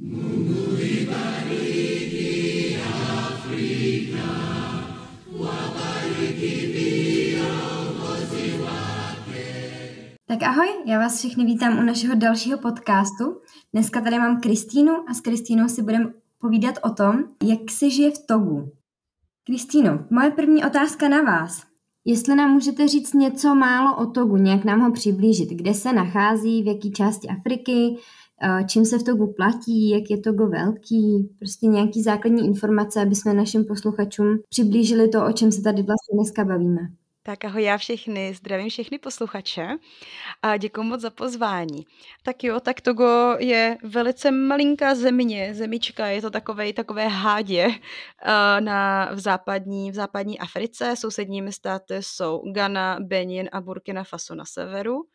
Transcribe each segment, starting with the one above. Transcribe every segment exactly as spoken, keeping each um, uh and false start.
Tak ahoj, já vás všechny vítám u našeho dalšího podcastu. Dneska tady mám Kristýnu a s Kristýnou si budeme povídat o tom, jak se žije v Togu. Kristýno, moje první otázka na vás. Jestli nám můžete říct něco málo o Togu, nějak nám ho přiblížit, kde se nachází, v jaké části Afriky, čím se v Togu platí, jak je Togo velký, prostě nějaký základní informace, aby jsme našim posluchačům přiblížili to, o čem se tady vlastně dneska bavíme. Tak ahoj, já všechny, zdravím všechny posluchače a děkuji moc za pozvání. Tak jo, tak Togo je velice malinká země, zemička, je to takové, takové hádě uh, na, v, západní, v západní Africe. Sousedními státy jsou Ghana, Benin a Burkina Faso na severu. Uh,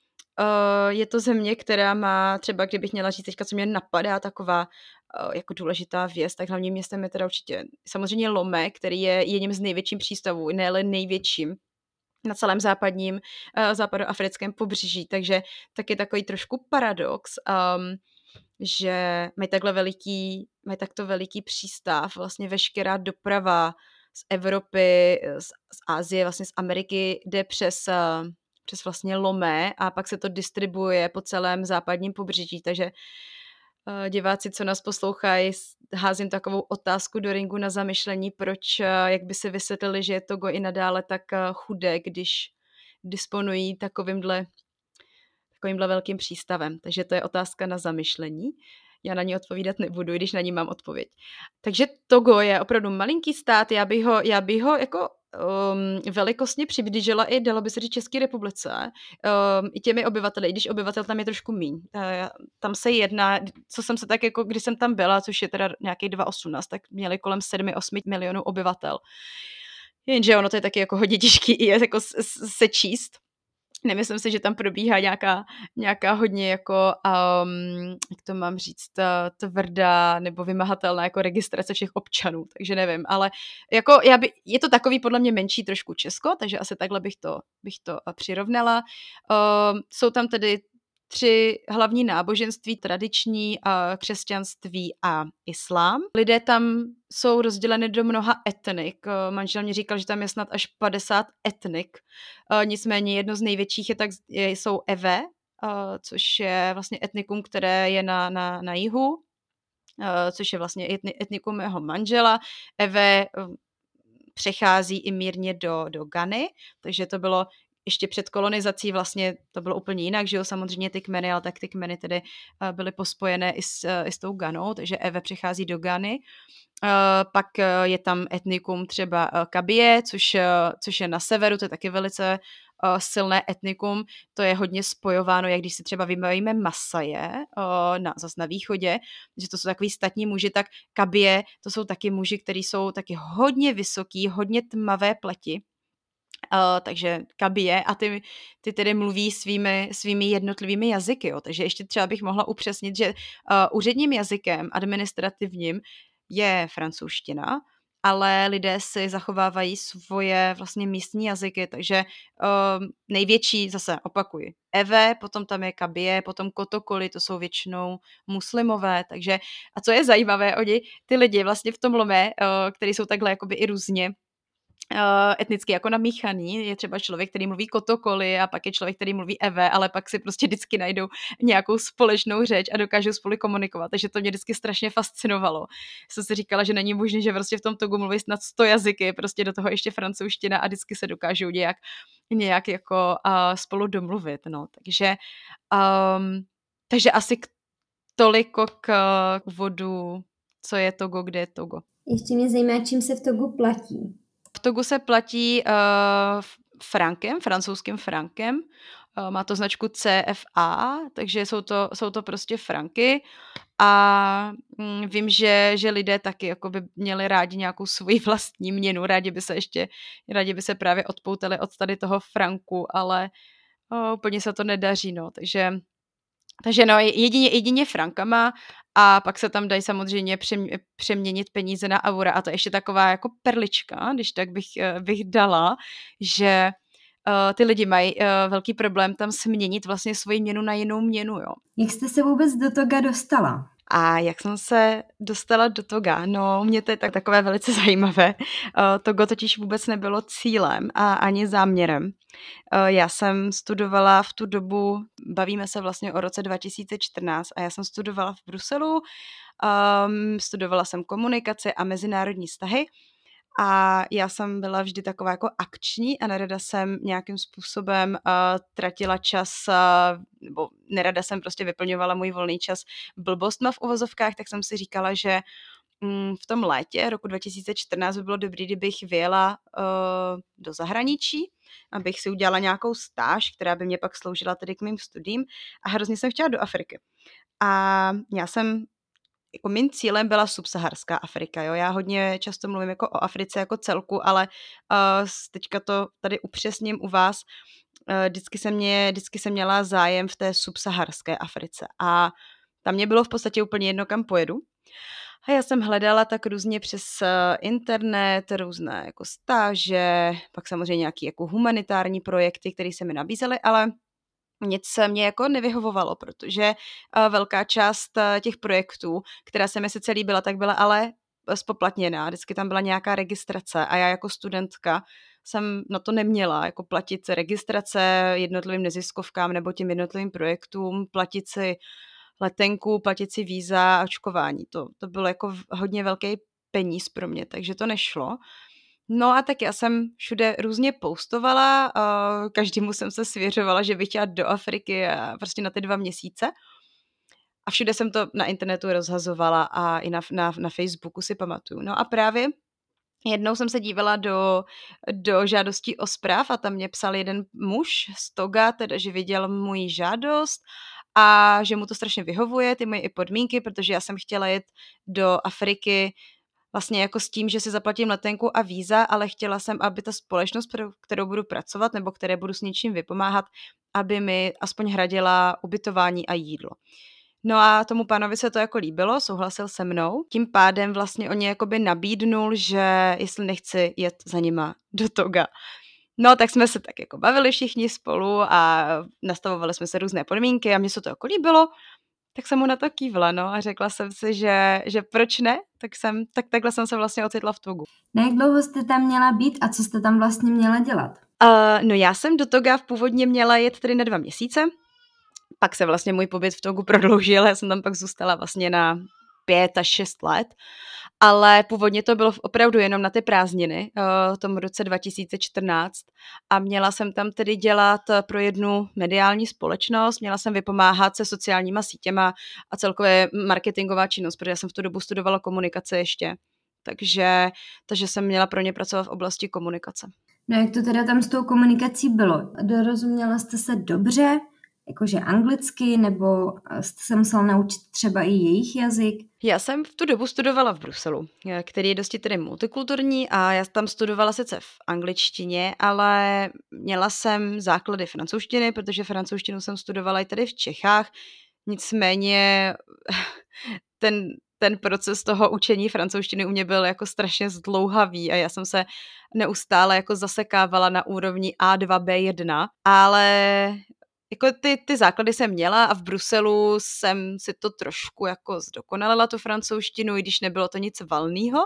je to země, která má, třeba kdybych měla říct teďka, co mě napadá, taková uh, jako důležitá věc, tak hlavním městem je teda určitě samozřejmě Lomé, který je jedním z největších přístavů, ne největším na celém západním, uh, západoafrickém pobřeží, takže taky takový trošku paradox, um, že mají takhle veliký, mají takto veliký přístav, vlastně veškerá doprava z Evropy, z, z Asie, vlastně z Ameriky jde přes uh, přes vlastně Lomé a pak se to distribuuje po celém západním pobřeží, takže uh, diváci, co nás poslouchají, házím takovou otázku do ringu na zamyšlení, proč, uh, jak by si vysvětlili, že je Togo i nadále tak uh, chudé, když disponují takovýmhle, takovýmhle velkým přístavem. Takže to je otázka na zamyšlení. Já na ní odpovídat nebudu, i když na ní mám odpověď. Takže Togo je opravdu malinký stát, já bych ho, já bych ho jako um, velikostně přiblížila i, dalo by se říct, České republice, um, i těmi obyvateli, i když obyvatel tam je trošku míň. Uh, tam se jedná, co jsem se tak jako, když jsem tam byla, což je teda nějaký dva tisíce osmnáct, tak měli kolem sedm osm milionů obyvatel. Jenže ono to je taky jako hodně těžký i je jako sečíst. Nemyslím si, že tam probíhá nějaká, nějaká hodně jako, um, jak to mám říct, tvrdá nebo vymahatelná jako registrace všech občanů, takže nevím, ale jako já by, je to takový podle mě menší trošku Česko, takže asi takhle bych to, bych to přirovnala. Um, jsou tam tedy tři hlavní náboženství, tradiční, uh, křesťanství a islám. Lidé tam jsou rozděleny do mnoha etnik. Uh, manžel mi říkal, že tam je snad až padesát etnik. Uh, nicméně jedno z největších je tak, je, jsou Ewe, uh, což je vlastně etnikum, které je na, na, na jihu, uh, což je vlastně etni, etnikum mého manžela. Ewe uh, přechází i mírně do, do Ghany, takže to bylo ještě před kolonizací vlastně to bylo úplně jinak, že jo, samozřejmě ty kmeny, ale tak ty kmeny tedy uh, byly pospojené i s, uh, i s tou Ghanou, takže Ewe přichází do Ghany. Uh, pak uh, je tam etnikum třeba uh, Kabie, což, uh, což je na severu, to je taky velice uh, silné etnikum, to je hodně spojováno, jak když si třeba vybavíme Masaje, uh, na, zase na východě, že to jsou takový statní muži, tak Kabie, to jsou taky muži, kteří jsou taky hodně vysoký, hodně tmavé pleti. Uh, takže Kabie a ty, ty tedy mluví svými, svými jednotlivými jazyky. Jo. Takže ještě třeba bych mohla upřesnit, že uh, úředním jazykem administrativním je francouzština, ale lidé si zachovávají svoje vlastně místní jazyky, takže uh, největší, zase opakuji, Ewe, potom tam je Kabie, potom Kotokoli, to jsou většinou muslimové, takže a co je zajímavé, oni, ty lidi vlastně v tom Lomé, uh, který jsou takhle jakoby i různě Uh, etnicky jako namíchaný. Je třeba člověk, který mluví Kotokoli a pak je člověk, který mluví Ewe, ale pak si prostě vždycky najdou nějakou společnou řeč a dokážou spolu komunikovat. Takže to mě vždycky strašně fascinovalo. Jsem si říkala, že není možné, že prostě v tom Togu mluví snad sto jazyky, prostě do toho ještě francouzština a vždycky se dokážou nějak, nějak jako uh, spolu domluvit. No. Takže, um, takže asi k, toliko k úvodu, co je Togo, kde je Togo. Ještě mě zajímá, čím se v Togu platí. V Togu se platí uh, frankem, francouzským frankem. Uh, má to značku C F A, takže jsou to, jsou to prostě franky. A mm, vím, že, že lidé taky jako by měli rádi nějakou svoji vlastní měnu. Rádi by se ještě, rádi by se právě odpoutali od tady toho franku, ale uh, úplně se to nedaří, no. Takže Takže no, jedině, jedině frankama a pak se tam dají samozřejmě přeměnit peníze na eura a to je ještě taková jako perlička, když tak bych, bych dala, že uh, ty lidi mají uh, velký problém tam směnit vlastně svoji měnu na jinou měnu, jo. Jak jste se vůbec do Toga dostala? A jak jsem se dostala do Toga? No, mě to je tak takové velice zajímavé. Uh, Togo totiž vůbec nebylo cílem a ani záměrem. Uh, Já jsem studovala v tu dobu, bavíme se vlastně o roce dva tisíce čtrnáct a já jsem studovala v Bruselu, um, studovala jsem komunikaci a mezinárodní vztahy a já jsem byla vždy taková jako akční a nerada jsem nějakým způsobem uh, tratila čas, uh, nebo nerada jsem prostě vyplňovala můj volný čas blbostma v uvozovkách, tak jsem si říkala, že mm, v tom létě roku dva tisíce čtrnáct by bylo dobré, kdybych vyjela uh, do zahraničí, abych si udělala nějakou stáž, která by mě pak sloužila tedy k mým studiím a hrozně jsem chtěla do Afriky. A já jsem jako mým cílem byla subsaharská Afrika, jo. Já hodně často mluvím jako o Africe jako celku, ale uh, teďka to tady upřesním u vás. Uh, vždycky jsem, mě, vždycky jsem měla zájem v té subsaharské Africe a tam mě bylo v podstatě úplně jedno, kam pojedu. A já jsem hledala tak různě přes internet, různé jako stáže, pak samozřejmě nějaké jako humanitární projekty, které se mi nabízely, ale nic se mě jako nevyhovovalo, protože uh, velká část uh, těch projektů, která se mi sice líbila, tak byla ale spoplatněná. Vždycky tam byla nějaká registrace a já jako studentka jsem na to neměla, jako platit registrace jednotlivým neziskovkám nebo těm jednotlivým projektům, platit si letenku, platit si víza a očkování. To, to bylo jako hodně velký peníz pro mě, takže to nešlo. No a tak já jsem všude různě postovala, uh, každému jsem se svěřovala, že bych chtěla do Afriky a prostě na ty dva měsíce. A všude jsem to na internetu rozhazovala a i na, na, na Facebooku si pamatuju. No a právě jednou jsem se dívala do, do žádostí o zpráv a tam mě psal jeden muž z Toga, teda, že viděl můj žádost a že mu to strašně vyhovuje, ty moje i podmínky, protože já jsem chtěla jet do Afriky vlastně jako s tím, že si zaplatím letenku a víza, ale chtěla jsem, aby ta společnost, pro kterou budu pracovat nebo které budu s něčím vypomáhat, aby mi aspoň hradila ubytování a jídlo. No a tomu pánovi se to jako líbilo, souhlasil se mnou. Tím pádem vlastně on mě jakoby nabídnul, že jestli nechci jet za nima do Toga. No tak jsme se tak jako bavili všichni spolu a nastavovali jsme se různé podmínky a mně se to jako líbilo. Tak jsem mu na to kývla, no, a řekla jsem si, že, že proč ne, tak, jsem, tak takhle jsem se vlastně ocitla v Togu. Na jak dlouho jste tam měla být a co jste tam vlastně měla dělat? Uh, no já jsem do Toga původně měla jet tedy na dva měsíce, pak se vlastně můj pobyt v Togu prodloužil, já jsem tam pak zůstala vlastně na pět až šest let, ale původně to bylo opravdu jenom na ty prázdniny v tom roce dva tisíce čtrnáct a měla jsem tam tedy dělat pro jednu mediální společnost, měla jsem vypomáhat se sociálníma sítěma a celkově marketingová činnost, protože já jsem v tu dobu studovala komunikace ještě, takže, takže jsem měla pro ně pracovat v oblasti komunikace. No jak to teda tam s tou komunikací bylo? Dorozuměla jste se dobře? Jakože anglicky, nebo jste se musela naučit třeba i jejich jazyk? Já jsem v tu dobu studovala v Bruselu, který je dosti tedy multikulturní a já tam studovala sice v angličtině, ale měla jsem základy francouzštiny, protože francouzštinu jsem studovala i tady v Čechách, nicméně ten, ten proces toho učení francouzštiny u mě byl jako strašně zdlouhavý a já jsem se neustále jako zasekávala na úrovni A dva bé jedna, ale jako ty, ty základy jsem měla a v Bruselu jsem si to trošku jako zdokonalila tu francouzštinu, i když nebylo to nic valného.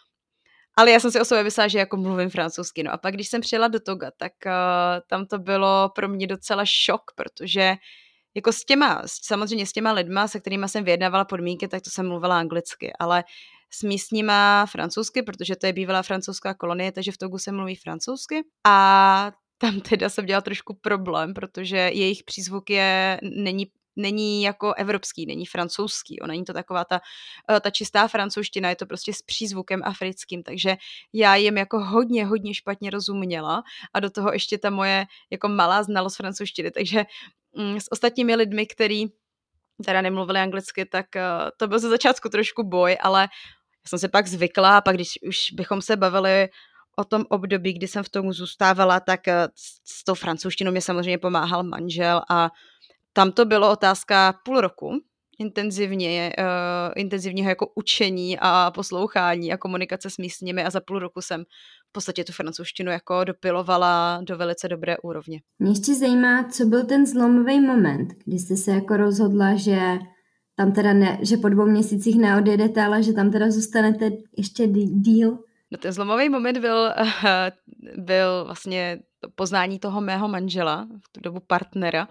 Ale já jsem si o sobě myslela, že jako mluvím francouzsky. No a pak, když jsem přijela do Toga, tak uh, tam to bylo pro mě docela šok, protože jako s těma, samozřejmě s těma lidma, se kterými jsem vyjednávala podmínky, tak to jsem mluvila anglicky, ale s místníma francouzsky, protože to je bývalá francouzská kolonie, takže v Togu se mluví francouzsky a tam teda jsem dělala trošku problém, protože jejich přízvuk je, není, není jako evropský, není francouzský, ona není to taková ta, ta čistá francouzština, je to prostě s přízvukem africkým, takže já jim jako hodně, hodně špatně rozuměla a do toho ještě ta moje jako malá znalost francouzštiny, takže mm, s ostatními lidmi, který teda nemluvili anglicky, tak uh, to byl ze začátku trošku boj, ale já jsem se pak zvykla a pak když už bychom se bavili o tom období, kdy jsem v tom zůstávala, tak s tou francouzštinou mě samozřejmě pomáhal manžel a tam to bylo otázka půl roku intenzivně, uh, intenzivního jako učení a poslouchání a komunikace s místními a za půl roku jsem v podstatě tu francouzštinu jako dopilovala do velice dobré úrovně. Mě ještě zajímá, co byl ten zlomový moment, kdy jste se jako rozhodla, že tam teda ne, že po dvou měsících neodjedete, ale že tam teda zůstanete ještě díl. No ten zlomový moment byl, byl vlastně to poznání toho mého manžela, v tu dobu partnera.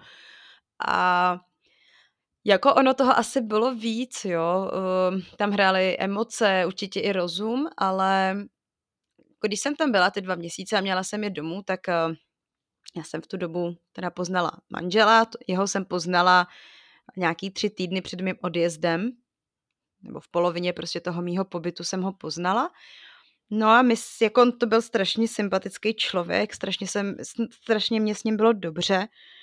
A jako ono toho asi bylo víc, jo. Tam hrály emoce, určitě i rozum, ale když jsem tam byla ty dva měsíce a měla jsem je domů, tak já jsem v tu dobu teda poznala manžela, jeho jsem poznala nějaký tři týdny před mým odjezdem, nebo v polovině prostě toho mýho pobytu jsem ho poznala. No a my, jako on to byl strašně sympatický člověk, strašně, jsem, strašně mě s ním bylo dobře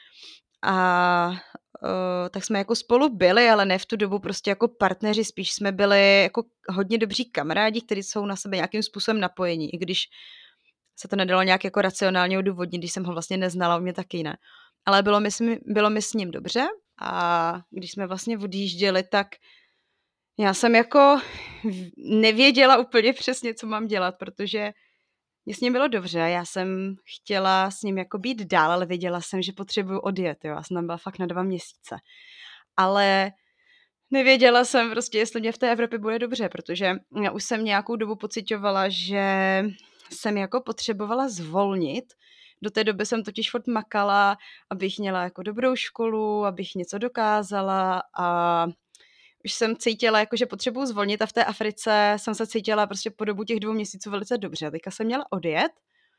a uh, tak jsme jako spolu byli, ale ne v tu dobu prostě jako partneři, spíš jsme byli jako hodně dobří kamarádi, kteří jsou na sebe nějakým způsobem napojení, i když se to nedalo nějak jako racionálně odůvodnit, když jsem ho vlastně neznala, u mě taky ne. Ale bylo mi, bylo mi s ním dobře a když jsme vlastně odjížděli, tak já jsem jako nevěděla úplně přesně, co mám dělat, protože mě s ním bylo dobře, já jsem chtěla s ním jako být dál, ale věděla jsem, že potřebuju odjet, jo, já jsem tam byla fakt na dva měsíce. Ale nevěděla jsem prostě, jestli mě v té Evropě bude dobře, protože já už jsem nějakou dobu pociťovala, že jsem jako potřebovala zvolnit. Do té doby jsem totiž furt makala, abych měla jako dobrou školu, abych něco dokázala a už jsem cítila, jako, že potřebuji zvolnit a v té Africe jsem se cítila prostě po dobu těch dvou měsíců velice dobře. Teďka jsem měla odjet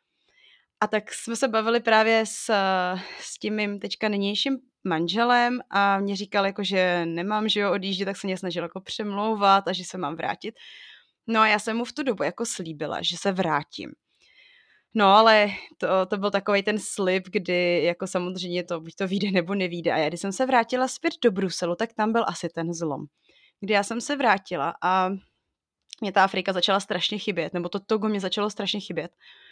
a tak jsme se bavili právě s, s tím mým teďka nynějším manželem a mě říkal, jako, že nemám, že jo, odjíždět, tak se mě snažil jako přemlouvat a že se mám vrátit. No a já jsem mu v tu dobu jako slíbila, že se vrátím. No ale to, to byl takovej ten slib, kdy jako samozřejmě to buď to vyjde nebo nevyjde. A já když jsem se vrátila zpět do Bruselu, tak tam byl asi ten zlom. Kdy já jsem se vrátila a mě ta Afrika začala strašně chybět, nebo to Togo mě začalo strašně chybět.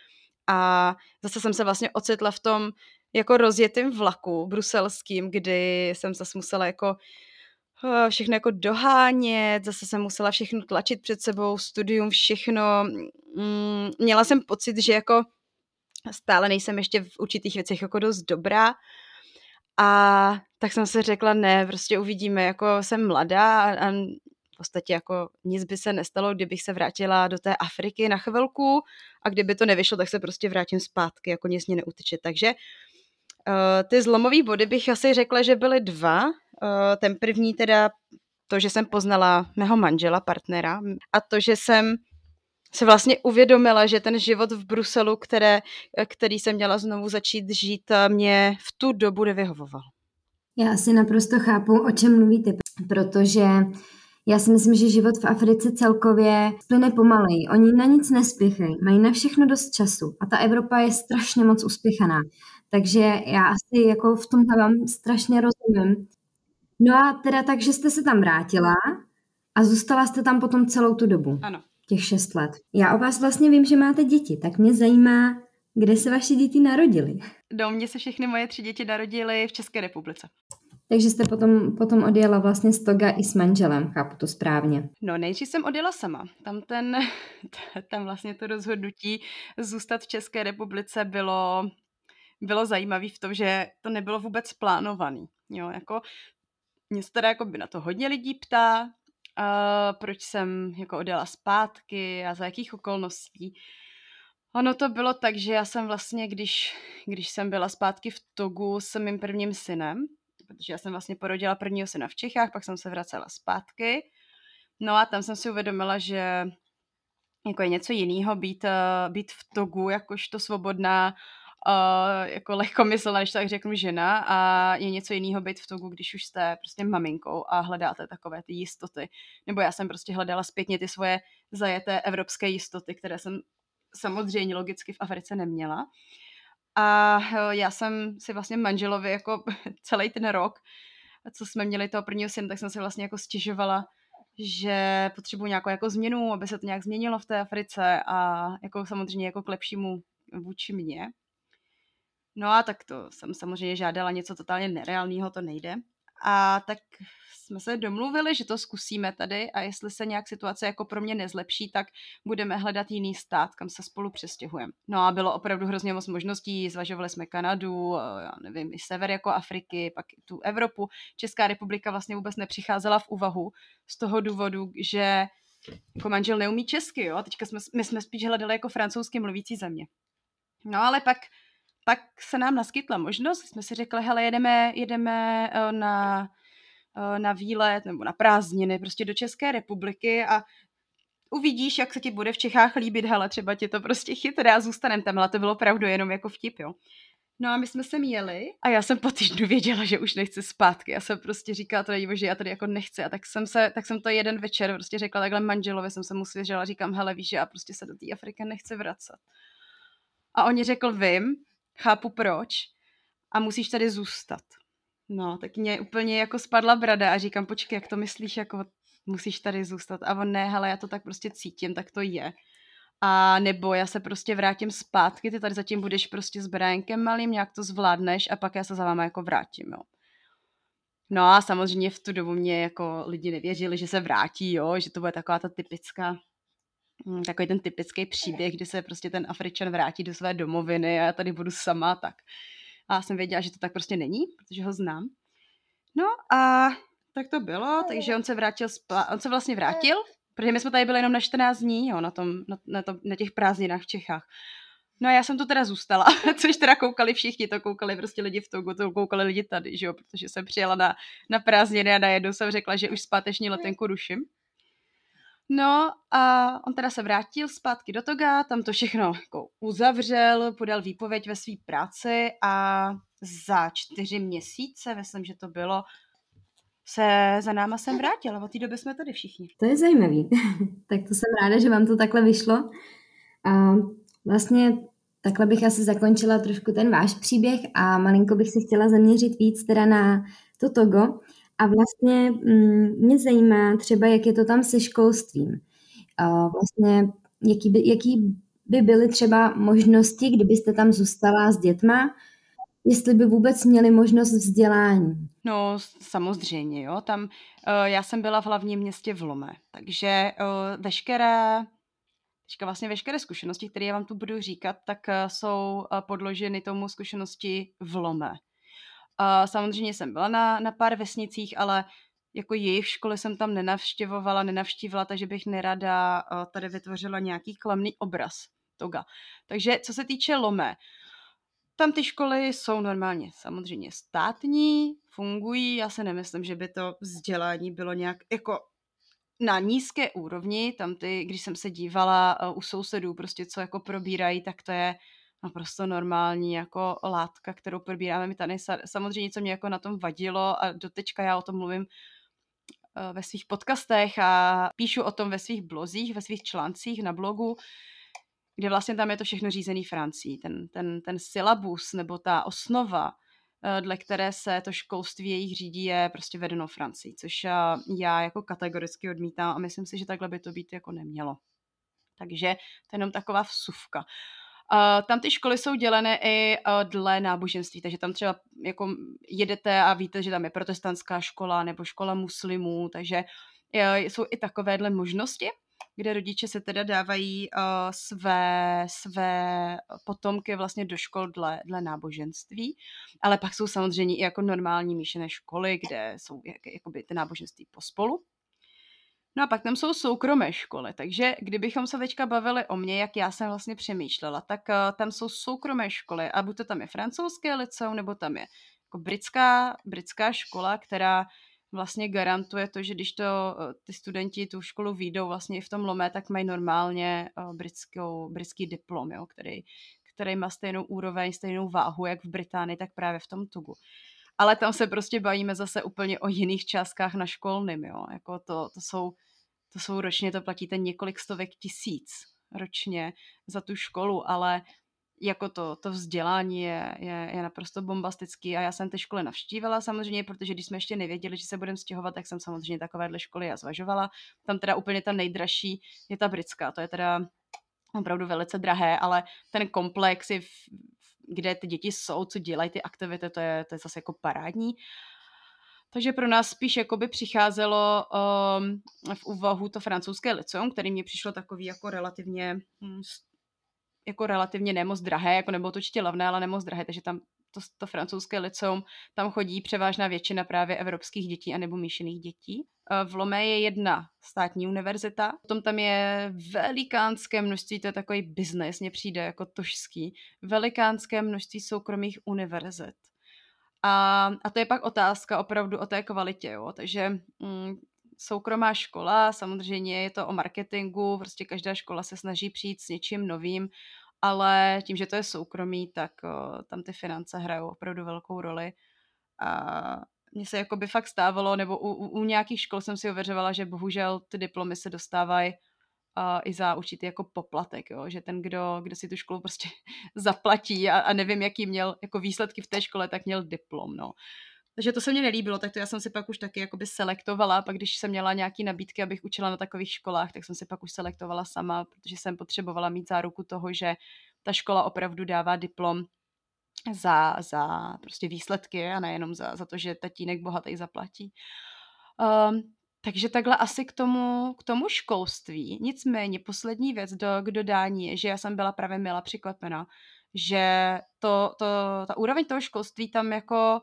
A zase jsem se vlastně ocitla v tom jako rozjetým vlaku bruselským, kdy jsem zase musela jako všechno jako dohánět, zase jsem musela všechno tlačit před sebou, studium, všechno. Měla jsem pocit, že jako stále nejsem ještě v určitých věcech jako dost dobrá a tak jsem si řekla, ne, prostě uvidíme, jako jsem mladá a, a v podstatě jako nic by se nestalo, kdybych se vrátila do té Afriky na chvilku a kdyby to nevyšlo, tak se prostě vrátím zpátky, jako nic mě neuteče. Takže uh, ty zlomový body bych asi řekla, že byly dva. Uh, ten první teda to, že jsem poznala mého manžela, partnera a to, že jsem se vlastně uvědomila, že ten život v Bruselu, které, který jsem měla znovu začít žít, mě v tu dobu nevyhovoval. Já asi naprosto chápu, o čem mluvíte, protože já si myslím, že život v Africe celkově plyne pomaleji. Oni na nic nespěchají, mají na všechno dost času a ta Evropa je strašně moc uspěchaná. Takže já asi jako v tomhle vám strašně rozumím. No a teda tak, že jste se tam vrátila a zůstala jste tam potom celou tu dobu. Ano. Těch šest let. Já o vás vlastně vím, že máte děti, tak mě zajímá, kde se vaše děti narodily. Do mě se všechny moje tři děti narodily v České republice. Takže jste potom, potom odjela vlastně z Toga i s manželem, chápu to správně. No nejdřív jsem odjela sama. Tam, ten, tam vlastně to rozhodnutí zůstat v České republice bylo, bylo zajímavé v tom, že to nebylo vůbec plánovaný. Jo, jako, mě se teda jako by na to hodně lidí ptá, Uh, proč jsem jako odjela zpátky a za jakých okolností. Ono to bylo tak, že já jsem vlastně, když, když jsem byla zpátky v Togu s mým prvním synem, protože já jsem vlastně porodila prvního syna v Čechách, pak jsem se vracela zpátky. No a tam jsem si uvědomila, že jako je něco jiného být, být v Togu jakožto svobodná, Uh, jako lehkomyslná, když tak řeknu žena a je něco jiného být v Togu, když už jste prostě maminkou a hledáte takové ty jistoty. Nebo já jsem prostě hledala zpětně ty svoje zajeté evropské jistoty, které jsem samozřejmě logicky v Africe neměla. A já jsem si vlastně manželovi jako celý ten rok, co jsme měli toho prvního syna, tak jsem si vlastně jako stěžovala, že potřebuji nějakou jako změnu, aby se to nějak změnilo v té Africe a jako samozřejmě jako k lepšímu vůči mně. No a tak to jsem samozřejmě žádala něco totálně nereálného, to nejde. A tak jsme se domluvili, že to zkusíme tady a jestli se nějak situace jako pro mě nezlepší, tak budeme hledat jiný stát, kam se spolu přestěhujeme. No a bylo opravdu hrozně moc možností, zvažovali jsme Kanadu, já nevím, i sever jako Afriky, pak i tu Evropu. Česká republika vlastně vůbec nepřicházela v úvahu z toho důvodu, že jako manžel neumí česky, jo, teďka jsme, my jsme spíš hledali jako francouzsky mluvící země. No ale pak pak se nám naskytla možnost, jsme si řekli, hele, jedeme, jedeme na, na výlet nebo na prázdniny prostě do České republiky a uvidíš, jak se ti bude v Čechách líbit, hele, třeba ti to prostě chytré a zůstaneme tam, ale to bylo opravdu jenom jako vtip, jo. No a my jsme sem jeli a já jsem po týdnu věděla, že už nechci zpátky. Já jsem prostě říkala, to je, že já tady jako nechci. A tak jsem, se, tak jsem to jeden večer prostě řekla takhle manželovi, jsem se mu svěřila, říkám, hele, víš, že já prostě se do té Afriky nechci vracet. A oni řekl, vím, chápu proč a musíš tady zůstat. No, tak mě úplně jako spadla brada a říkám, počkej, jak to myslíš, jako musíš tady zůstat. A on ne, hele, já to tak prostě cítím, tak to je. A nebo já se prostě vrátím zpátky, ty tady zatím budeš prostě s Briankem malým, nějak to zvládneš a pak já se za váma jako vrátím, jo. No a samozřejmě v tu dobu mě jako lidi nevěřili, že se vrátí, jo, že to bude taková ta typická, takový ten typický příběh, kdy se prostě ten Afričan vrátí do své domoviny a já tady budu sama, tak. A já jsem věděla, že to tak prostě není, protože ho znám. No a tak to bylo, takže on se vrátil, spá- on se vlastně vrátil, protože my jsme tady byli jenom na čtrnáct dní, jo, na, tom, na, na, to, na těch prázdninách v Čechách. No a já jsem to teda zůstala, což teda koukali všichni, to koukali prostě lidi v Togu, to koukali lidi tady, že jo, protože jsem přijela na, na prázdniny a najednou jsem řekla, že už zpáteční letenku ruším. No a on teda se vrátil zpátky do Toga, tam to všechno jako uzavřel, podal výpověď ve své práci a za čtyři měsíce, myslím, že to bylo, se za náma sem vrátil. Od té doby jsme tady všichni. To je zajímavý. Tak to jsem ráda, že vám to takhle vyšlo. A vlastně takhle bych asi zakončila trošku ten váš příběh a malinko bych se chtěla zaměřit víc teda na to Togo. A vlastně mm, mě zajímá třeba, jak je to tam se školstvím. A vlastně, jaký by, jaký by byly třeba možnosti, kdybyste tam zůstala s dětma, jestli by vůbec měli možnost vzdělání. No samozřejmě, jo. Tam uh, já jsem byla v hlavním městě v Lomé, takže uh, veškeré Teďka vlastně veškeré zkušenosti, které já vám tu budu říkat, tak uh, jsou uh, podloženy tomu zkušenosti v Lomé. Uh, samozřejmě jsem byla na, na pár vesnicích, ale jako jejich školy jsem tam nenavštěvovala, nenavštívila, takže bych nerada uh, tady vytvořila nějaký klamný obraz Toga. Takže co se týče Lomé, tam ty školy jsou normálně samozřejmě státní, fungují, já se nemyslím, že by to vzdělání bylo nějak jako na nízké úrovni, tam ty, když jsem se dívala uh, u sousedů, prostě co jako probírají, tak to je naprosto normální jako látka, kterou probíráme my tady. Samozřejmě, co mě jako na tom vadilo a dotečka já o tom mluvím uh, ve svých podcastech a píšu o tom ve svých blozích, ve svých článcích na blogu, kde vlastně tam je to všechno řízený Francií. Ten, ten, ten syllabus nebo ta osnova, dle které se to školství jejich řídí, je prostě vedeno Francii, což já jako kategoricky odmítám a myslím si, že takhle by to být jako nemělo. Takže to je jenom taková vsuvka. Uh, tam ty školy jsou dělené i uh, dle náboženství, takže tam třeba jako jedete a víte, že tam je protestantská škola nebo škola muslimů, takže uh, jsou i takovéhle možnosti, kde rodiče se teda dávají uh, své, své potomky vlastně do škol dle, dle náboženství, ale pak jsou samozřejmě i jako normální míšené školy, kde jsou jak, jakoby ty náboženství pospolu. No a pak tam jsou soukromé školy, takže kdybychom se teďka bavili o mně, jak já jsem vlastně přemýšlela, tak uh, tam jsou soukromé školy a buď to tam je francouzské liceum, nebo tam je jako britská, britská škola, která vlastně garantuje to, že když to uh, ty studenti tu školu vyjdou vlastně i v tom Lomé, tak mají normálně uh, britskou, britský diplom, jo, který, který má stejnou úroveň, stejnou váhu, jak v Británii, tak právě v tom Togu. Ale tam se prostě bavíme zase úplně o jiných částkách na školným, jo. Jako to, to, jsou, to jsou ročně, to platíte několik stovek tisíc ročně za tu školu, ale jako to, to vzdělání je, je, je naprosto bombastický a já jsem ty školy navštívila samozřejmě, protože když jsme ještě nevěděli, že se budeme stěhovat, tak jsem samozřejmě takovéhle školy já zvažovala. Tam teda úplně ta nejdražší je ta britská, to je teda opravdu velice drahé, ale ten komplex je v, kde ty děti jsou, co dělají ty aktivity, to je, to je zase jako parádní. Takže pro nás spíš jakoby přicházelo um, v úvahu to francouzské lyceum, který mi přišlo takový jako relativně, hm, jako relativně nemoc drahé, jako nebylo to určitě levné, ale nemoc drahé, takže tam to, to francouzské lyceum, tam chodí převážná většina právě evropských dětí anebo míšených dětí. V Lomé je jedna státní univerzita, potom tam je velikánské množství, to je takový biznes, mně přijde jako tožský, velikánské množství soukromých univerzit. A, a to je pak otázka opravdu o té kvalitě, jo. Takže mm, soukromá škola, samozřejmě je to o marketingu, prostě každá škola se snaží přijít s něčím novým, ale tím, že to je soukromý, tak o, tam ty finance hrajou opravdu velkou roli. A mně se jakoby fakt stávalo, nebo u, u, u nějakých škol jsem si ověřovala, že bohužel ty diplomy se dostávají uh, i za určitý jako poplatek, jo? Že ten, kdo, kdo si tu školu prostě zaplatí a, a nevím, jaký měl jako výsledky v té škole, tak měl diplom, no. Takže to se mně nelíbilo, tak to já jsem si pak už taky jakoby selektovala, pak když jsem měla nějaký nabídky, abych učila na takových školách, tak jsem si pak už selektovala sama, protože jsem potřebovala mít záruku toho, že ta škola opravdu dává diplom za, za prostě výsledky a nejenom za, za to, že tatínek bohatý zaplatí. Um, takže takhle asi k tomu, k tomu školství. Nicméně poslední věc do, k dodání je, že já jsem byla právě mila překvapena, že to, to, ta úroveň toho školství tam jako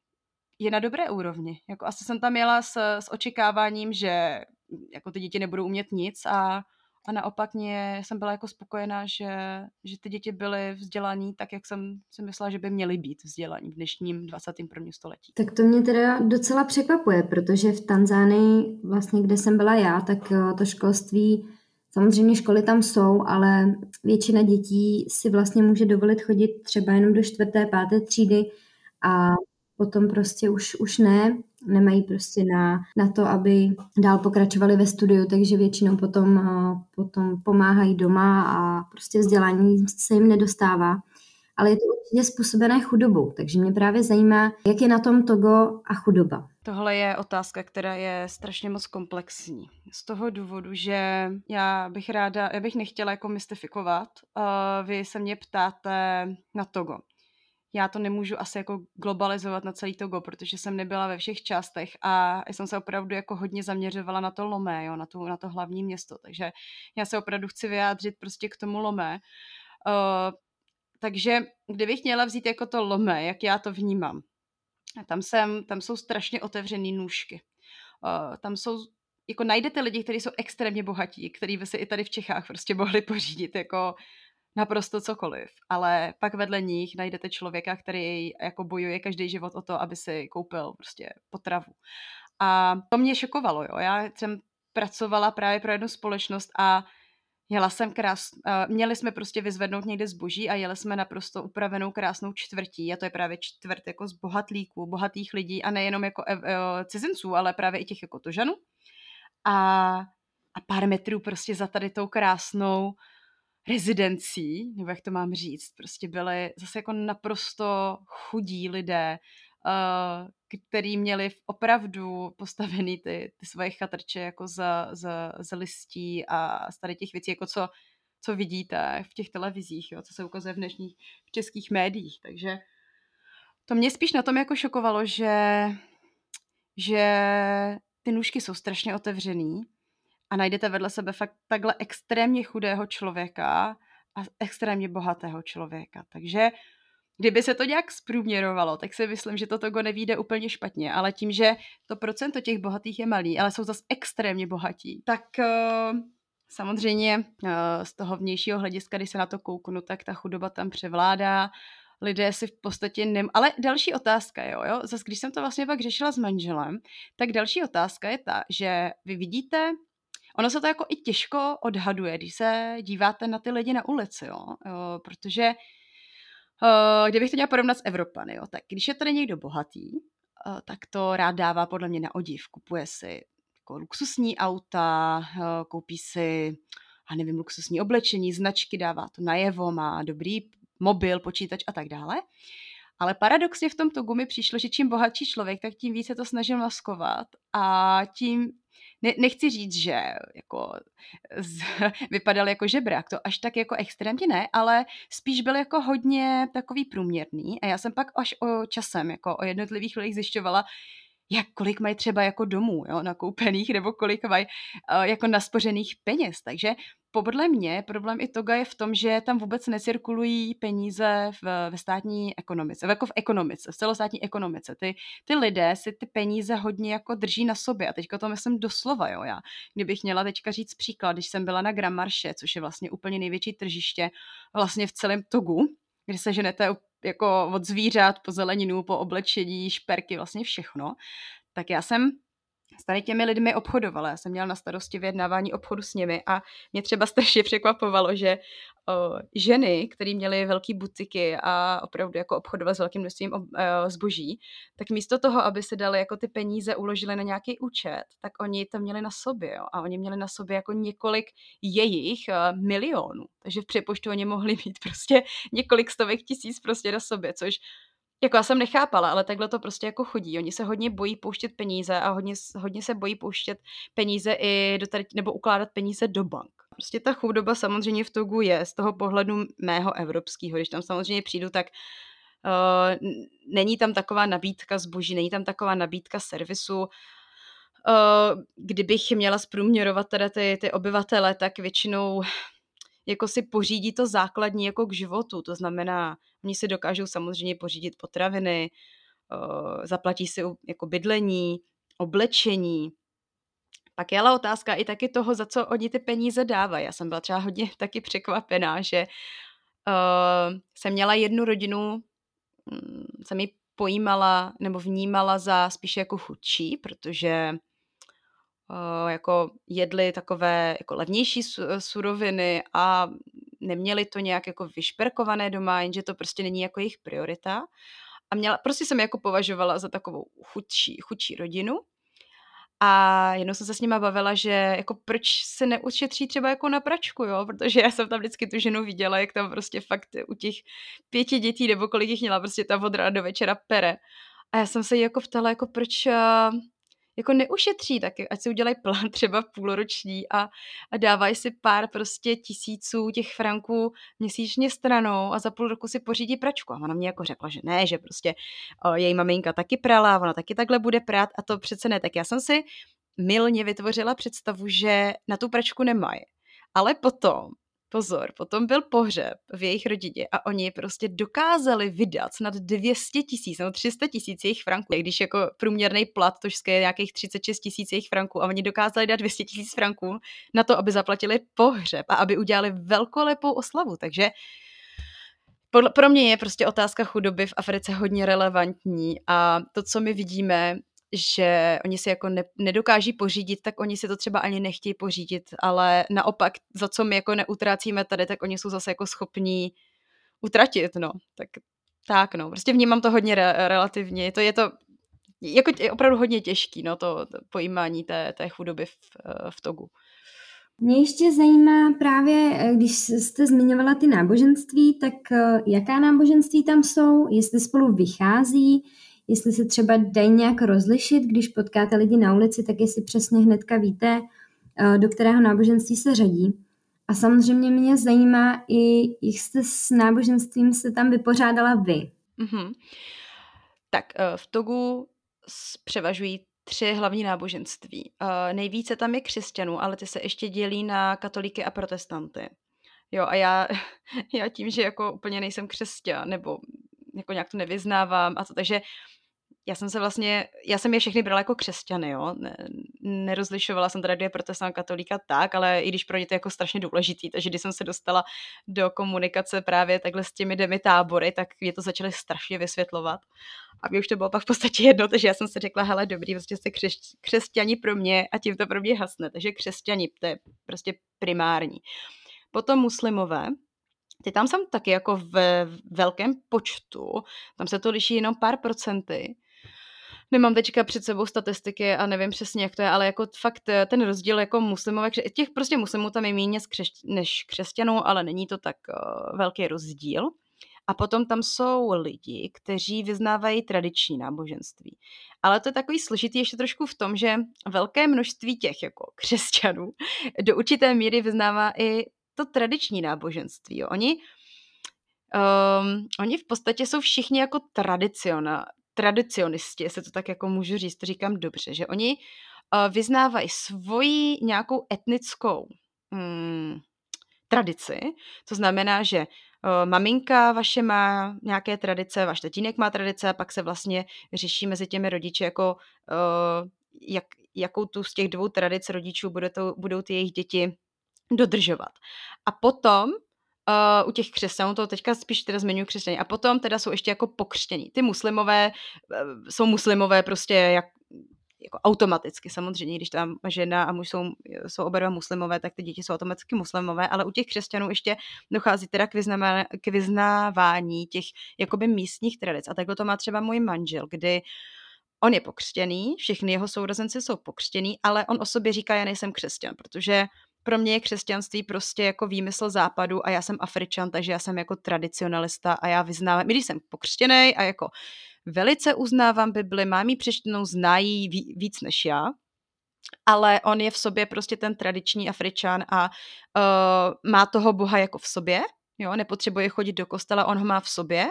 je na dobré úrovni. Jako asi jsem tam jela s, s očekáváním, že jako ty děti nebudou umět nic a A naopak mě, jsem byla jako spokojená, že, že ty děti byly vzdělaný tak, jak jsem si myslela, že by měly být vzdělaní v dnešním dvacátém prvním století. Tak to mě teda docela překvapuje, protože v Tanzánii, vlastně kde jsem byla já, tak to školství, samozřejmě školy tam jsou, ale většina dětí si vlastně může dovolit chodit třeba jenom do čtvrté, páté třídy a potom prostě už, už ne, nemají prostě na, na to, aby dál pokračovali ve studiu, takže většinou potom, potom pomáhají doma a prostě vzdělání se jim nedostává. Ale je to určitě způsobené chudobou, takže mě právě zajímá, jak je na tom Togo a chudoba. Tohle je otázka, která je strašně moc komplexní. Z toho důvodu, že já bych ráda, já bych nechtěla jako mystifikovat. Uh, vy se mě ptáte na Togo. Já to nemůžu asi jako globalizovat na celý Togo, protože jsem nebyla ve všech částech a jsem se opravdu jako hodně zaměřovala na to Lomé, jo, na, tu, na to hlavní město. Takže já se opravdu chci vyjádřit prostě k tomu Lomé. Uh, takže kdybych měla vzít jako to Lomé, jak já to vnímám, tam, jsem, tam jsou strašně otevřený nůžky. Uh, tam jsou, jako najdete lidi, kteří jsou extrémně bohatí, který by si i tady v Čechách prostě mohli pořídit jako naprosto cokoliv, ale pak vedle nich najdete člověka, který jako bojuje každý život o to, aby si koupil prostě potravu. A to mě šokovalo, jo. Já jsem pracovala právě pro jednu společnost a jela jsem krás, měli jsme prostě vyzvednout někde zboží a jeli jsme naprosto upravenou krásnou čtvrtí a to je právě čtvrt jako z bohatlíků, bohatých lidí a nejenom jako ev, cizinců, ale právě i těch jako Tožanů. A, a pár metrů prostě za tady tou krásnou rezidencí, nebo jak to mám říct, prostě byli zase jako naprosto chudí lidé, uh, který měli opravdu postavený ty, ty svoje chatrče jako z, z, z listí a z tady těch věcí, jako co, co vidíte v těch televizích, jo, co se ukazuje v dnešních v českých médiích. Takže to mě spíš na tom jako šokovalo, že, že ty nůžky jsou strašně otevřený a najdete vedle sebe fakt takhle extrémně chudého člověka a extrémně bohatého člověka. Takže kdyby se to nějak zprůměrovalo, tak si myslím, že to Togo nevyjde úplně špatně, ale tím, že to procento těch bohatých je malý, ale jsou zase extrémně bohatí, tak uh, samozřejmě uh, z toho vnějšího hlediska, když se na to kouknu, tak ta chudoba tam převládá, lidé si v podstatě nem... Ale další otázka, jo, jo, zase když jsem to vlastně pak řešila s manželem, tak další otázka je ta, že vy vidíte, ono se to jako i těžko odhaduje, když se díváte na ty lidi na ulici, jo, jo protože uh, kdybych to měla porovnat s Evropany, jo, tak když je tady někdo bohatý, uh, tak to rád dává podle mě na odiv, kupuje si jako luxusní auta, uh, koupí si, a nevím, luxusní oblečení, značky, dává to najevo, má dobrý mobil, počítač a tak dále. Ale paradoxně v tom Togu mi přišlo, že čím bohatší člověk, tak tím více to snažil maskovat a tím Ne, nechci říct, že jako z, vypadal jako žebrák, to až tak jako extrémně ne, ale spíš byl jako hodně takový průměrný a já jsem pak až o časem jako o jednotlivých lidech zjišťovala, jak kolik mají třeba jako domů, jo, nakoupených, nebo kolik mají uh, jako naspořených peněz. Takže podle mě problém i Toga je v tom, že tam vůbec necirkulují peníze v, ve státní ekonomice, jako v ekonomice, v celostátní ekonomice. Ty, ty lidé si ty peníze hodně jako drží na sobě. A teďka to myslím doslova, jo. Já, kdybych měla teďka říct příklad, když jsem byla na Gramarše, což je vlastně úplně největší tržiště vlastně v celém Togu, kde se ženete jako od zvířat po zeleninu, po oblečení, šperky, vlastně všechno, tak já jsem s tady těmi lidmi obchodovala. Já jsem měla na starosti vyjednávání obchodu s nimi a mě třeba strašně překvapovalo, že o, ženy, které měly velké butiky a opravdu jako obchodovaly s velkým množstvím ob, o, zboží, tak místo toho, aby si dali jako ty peníze uložili na nějaký účet, tak oni to měli na sobě, jo? A oni měli na sobě jako několik jejich o, milionů. Takže v přepočtu oni mohli mít prostě několik stovek tisíc prostě na sobě, což jako já jsem nechápala, ale takhle to prostě jako chodí. Oni se hodně bojí pouštět peníze a hodně, hodně se bojí pouštět peníze i do tady, nebo ukládat peníze do bank. Prostě ta chudoba samozřejmě v Togu je z toho pohledu mého evropského. Když tam samozřejmě přijdu, tak uh, není tam taková nabídka zboží, není tam taková nabídka servisu. Uh, kdybych měla zprůměrovat teda ty, ty obyvatele, tak většinou jako si pořídí to základní jako k životu. To znamená, oni si dokážou samozřejmě pořídit potraviny, uh, zaplatí si jako bydlení, oblečení. Pak je ale otázka i taky toho, za co oni ty peníze dávají. Já jsem byla třeba hodně taky překvapená, že uh, jsem měla jednu rodinu, um, jsem ji pojímala nebo vnímala za spíše jako chudší, protože Uh, jako jedli takové jako levnější suroviny a neměli to nějak jako vyšperkované doma, jenže to prostě není jako jejich priorita. A měla, prostě jsem jako považovala za takovou chudší, chudší rodinu. A jednou jsem se s nima bavila, že jako proč se neušetří třeba jako na pračku, jo, protože já jsem tam vždycky tu ženu viděla, jak tam prostě fakt u těch pěti dětí, nebo kolik jich měla, prostě tam od rána do večera pere. A já jsem se jí jako ptala, jako proč jako neušetří, tak ať si udělají plán třeba půlroční a, a dávají si pár prostě tisíců těch franků měsíčně stranou a za půl roku si pořídí pračku. A ona mě jako řekla, že ne, že prostě o, její maminka taky prala, ona taky takhle bude prát a to přece ne. Tak já jsem si mylně vytvořila představu, že na tu pračku nemají. Ale potom, pozor, potom byl pohřeb v jejich rodině a oni prostě dokázali vydat snad dvě stě tisíc nebo tři sta tisíc jejich franků. Když jako průměrný plat tožské je nějakých třicet šest tisíc jejich franků a oni dokázali dát dvě stě tisíc franků na to, aby zaplatili pohřeb a aby udělali velkolepou oslavu. Takže podle, pro mě je prostě otázka chudoby v Africe hodně relevantní a to, co my vidíme, že oni si jako ne, nedokáží pořídit, tak oni si to třeba ani nechtějí pořídit, ale naopak, za co my jako neutrácíme tady, tak oni jsou zase jako schopní utratit, no. Tak, tak no, prostě vnímám to hodně re, relativně, to je to jako je opravdu hodně těžký, no, to, to pojímání té, té chudoby v, v Togu. Mě ještě zajímá právě, když jste zmiňovala ty náboženství, tak jaká náboženství tam jsou, jestli spolu vychází, jestli se třeba dají nějak rozlišit, když potkáte lidi na ulici, tak jestli přesně hnedka víte, do kterého náboženství se řadí. A samozřejmě mě zajímá i, jak jste s náboženstvím se tam vypořádala vy. Mm-hmm. Tak v Togu převažují tři hlavní náboženství. Uh, nejvíce tam je křesťanů, ale ty se ještě dělí na katolíky a protestanty. Jo, a já, já tím, že jako úplně nejsem křesťan, nebo jako nějak to nevyznávám a to, takže já jsem se vlastně, já jsem je všechny brala jako křesťany, jo, ne, nerozlišovala jsem teda, kdo je protestant, katolíka, tak, ale i když pro ně to je jako strašně důležitý, takže když jsem se dostala do komunikace právě takhle s těmi demi tábory, tak mě to začaly strašně vysvětlovat a mě už to bylo pak v podstatě jedno, takže já jsem si řekla, hele, dobrý, prostě jste křes, křesťani pro mě a tím to pro mě hasne, takže křesťani, to je prostě primární. Potom muslimové, ty tam jsem taky jako ve velkém počtu, tam se to liší jenom pár procenty. Nemám teďka před sebou statistiky a nevím přesně, jak to je, ale jako fakt ten rozdíl jako muslimové, těch prostě muslimů tam je méně než křesťanů, ale není to tak uh, velký rozdíl. A potom tam jsou lidi, kteří vyznávají tradiční náboženství. Ale to je takový složitý ještě trošku v tom, že velké množství těch jako křesťanů do určité míry vyznává i to tradiční náboženství. Jo. Oni, um, oni v podstatě jsou všichni jako tradiciona, tradicionisti, jestli to tak jako můžu říct, to říkám dobře, že oni uh, vyznávají svoji nějakou etnickou mm, tradici, to znamená, že uh, maminka vaše má nějaké tradice, váš tatínek má tradice a pak se vlastně řeší mezi těmi rodiči, jako uh, jak, jakou tu z těch dvou tradic rodičů bude to, budou ty jejich děti dodržovat. A potom uh, u těch křesťanů, to teďka spíš teda zmiňuji křesťané, a potom teda jsou ještě jako pokřtění. Ty muslimové uh, jsou muslimové prostě jak jako automaticky samozřejmě, když tam žena a muž jsou, jsou oba dva muslimové, tak ty děti jsou automaticky muslimové, ale u těch křesťanů ještě dochází teda k, vyznávání, k vyznávání těch jakoby místních tradic. A takhle to má třeba můj manžel, kdy on je pokřtěný, všichni jeho sourozenci jsou pokřtěný, ale on o sobě říká, já nejsem křesťan, protože pro mě je křesťanství prostě jako výmysl západu a já jsem Afričan, takže já jsem jako tradicionalista a já vyznávám, když jsem pokřtěnej a jako velice uznávám Bibli, mám ji přečtenou, znají víc než já, ale on je v sobě prostě ten tradiční Afričan a uh, má toho Boha jako v sobě, jo, nepotřebuje chodit do kostela, on ho má v sobě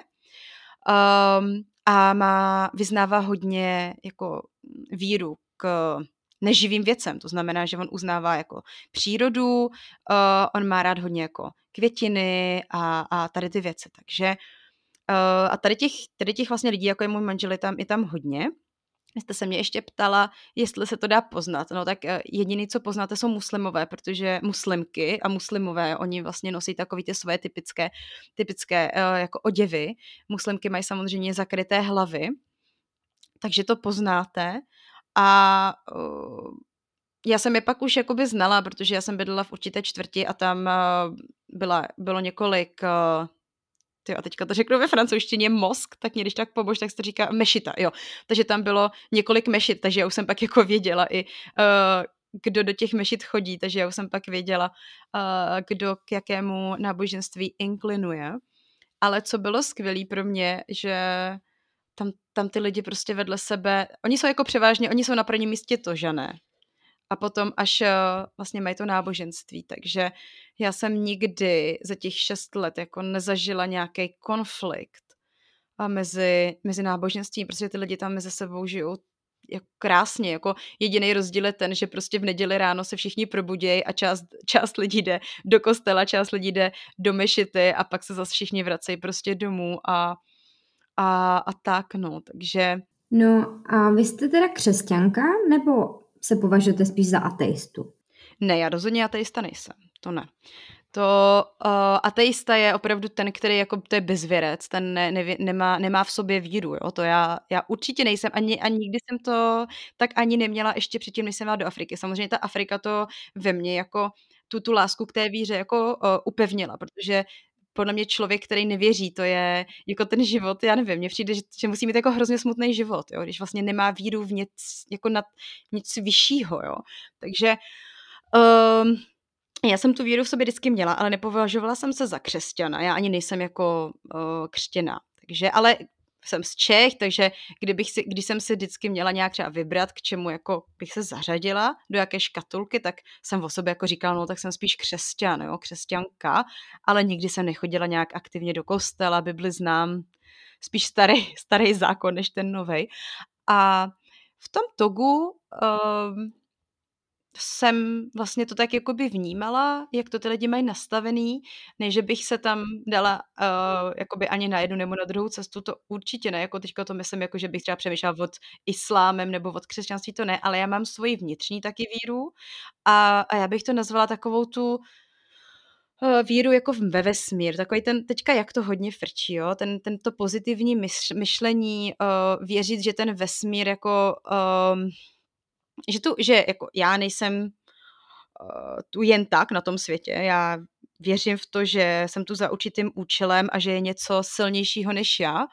um, a má, vyznává hodně jako víru k neživým věcem, to znamená, že on uznává jako přírodu, uh, on má rád hodně jako květiny a, a tady ty věci, takže Uh, a tady těch, tady těch vlastně lidí, jako je můj manžel, je tam, je tam hodně. Jste se mě ještě ptala, jestli se to dá poznat. No tak uh, jediný, co poznáte, jsou muslimové, protože muslimky a muslimové, oni vlastně nosí takový ty svoje typické, typické uh, jako oděvy. Muslimky mají samozřejmě zakryté hlavy, takže to poznáte. A uh, já jsem je pak už jakoby znala, protože já jsem bydlela v určité čtvrti a tam uh, byla, bylo několik... Uh, Tyjo, a teďka to řeknu ve francouzštině mosk, tak mě když tak pomož, tak se to říká mešita, jo. Takže tam bylo několik mešit, takže já už jsem pak jako věděla i, uh, kdo do těch mešit chodí, takže já už jsem pak věděla, uh, kdo k jakému náboženství inklinuje. Ale co bylo skvělé pro mě, že tam, tam ty lidi prostě vedle sebe, oni jsou jako převážně, oni jsou na prvním místě Tožané. A potom až vlastně mají to náboženství. Takže já jsem nikdy za těch šest let jako nezažila nějaký konflikt a mezi, mezi náboženstvím, protože ty lidi tam mezi sebou žijou jako krásně. Jako jediný rozdíl je ten, že prostě v neděli ráno se všichni probudějí a část, část lidí jde do kostela, část lidí jde do mešity a pak se zase všichni vracejí prostě domů a, a, a tak, no. Takže... No a vy jste teda křesťanka, nebo se považujete spíš za ateistu? Ne, já rozhodně ateista nejsem, to ne. To uh, ateista je opravdu ten, který jako, to je bezvěrec, ten ne, ne, nemá, nemá v sobě víru, jo, to já, já určitě nejsem, ani, ani nikdy jsem to tak ani neměla ještě předtím, než jsem jela do Afriky. Samozřejmě ta Afrika to ve mně jako tu, tu lásku k té víře jako uh, upevnila, protože podle mě člověk, který nevěří, to je jako ten život, já nevím, mně přijde, že, že musí mít jako hrozně smutný život, jo, když vlastně nemá víru v nic, jako nad nic vyššího, jo. Takže um, já jsem tu víru v sobě vždycky měla, ale nepovažovala jsem se za křesťana, já ani nejsem jako uh, křtěná, takže, ale jsem z Čech, takže kdybych si, když jsem si vždycky měla nějak třeba vybrat, k čemu jako bych se zařadila, do jaké škatulky, tak jsem o sobě jako říkala, no tak jsem spíš křesťan, jo, křesťanka, ale nikdy jsem nechodila nějak aktivně do kostela, Bibli znám, spíš starý, starý zákon než ten novej. A v tom Togu um, jsem vlastně to tak jakoby vnímala, jak to ty lidi mají nastavený, než že bych se tam dala uh, jakoby ani na jednu nebo na druhou cestu, to určitě ne, jako teďka to myslím, jako že bych třeba přemýšlela od islámem nebo od křesťanství, to ne, ale já mám svoji vnitřní taky víru a, a já bych to nazvala takovou tu uh, víru jako ve vesmír, takový ten, teďka jak to hodně frčí, jo, ten, tento pozitivní myšlení, uh, věřit, že ten vesmír jako... Um, že, tu, že jako já nejsem uh, tu jen tak na tom světě, já věřím v to, že jsem tu za určitým účelem a že je něco silnějšího než já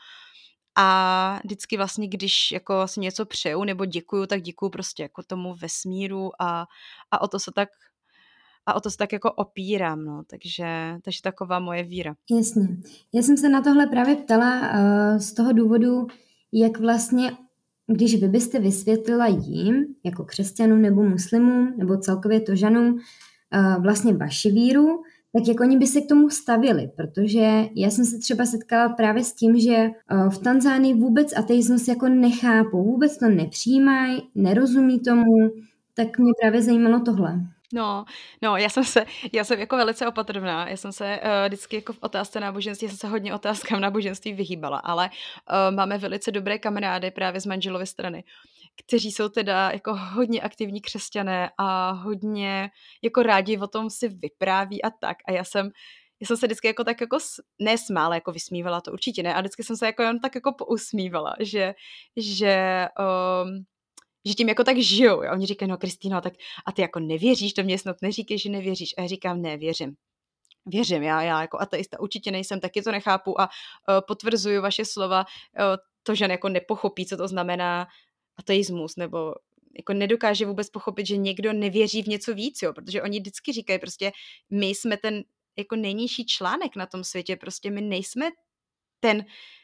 a vždycky vlastně, když jako vlastně něco přeju nebo děkuju, tak děkuju prostě jako tomu vesmíru a, a o to se tak a o to se tak jako opírám, no, takže, takže taková moje víra. Jasně. Já jsem se na tohle právě ptala uh, z toho důvodu, jak vlastně když vy byste vysvětlila jim, jako křesťanům nebo muslimům, nebo celkově Tožanům, vlastně vaši víru, tak jak oni by se k tomu stavili, protože já jsem se třeba setkala právě s tím, že v Tanzánii vůbec ateismus jako nechápou, vůbec to nepřijímají, nerozumí tomu, tak mě právě zajímalo tohle. No, no, já jsem se, já jsem jako velice opatrná, já jsem se uh, vždycky jako v otázce náboženství, já jsem se hodně otázkám náboženství vyhýbala, ale uh, máme velice dobré kamarády právě z manželovy strany, kteří jsou teda jako hodně aktivní křesťané a hodně jako rádi o tom si vypráví a tak. A já jsem, já jsem se vždycky jako tak jako, ne smála, jako vysmívala, to určitě ne, a vždycky jsem se jako jen tak jako pousmívala, že, že um, že tím jako tak žijou. A oni říkají, no Kristýno, tak a ty jako nevěříš, to mě snad neříkej, že nevěříš. A já říkám, ne, věřím. Věřím, já, já jako ateista určitě nejsem, taky to nechápu a uh, potvrzuju vaše slova, uh, to, že jako nepochopí, co to znamená ateismus, nebo jako nedokáže vůbec pochopit, že někdo nevěří v něco víc, jo, protože oni vždycky říkají, prostě my jsme ten jako nejnižší článek na tom světě, prostě my nejsme ten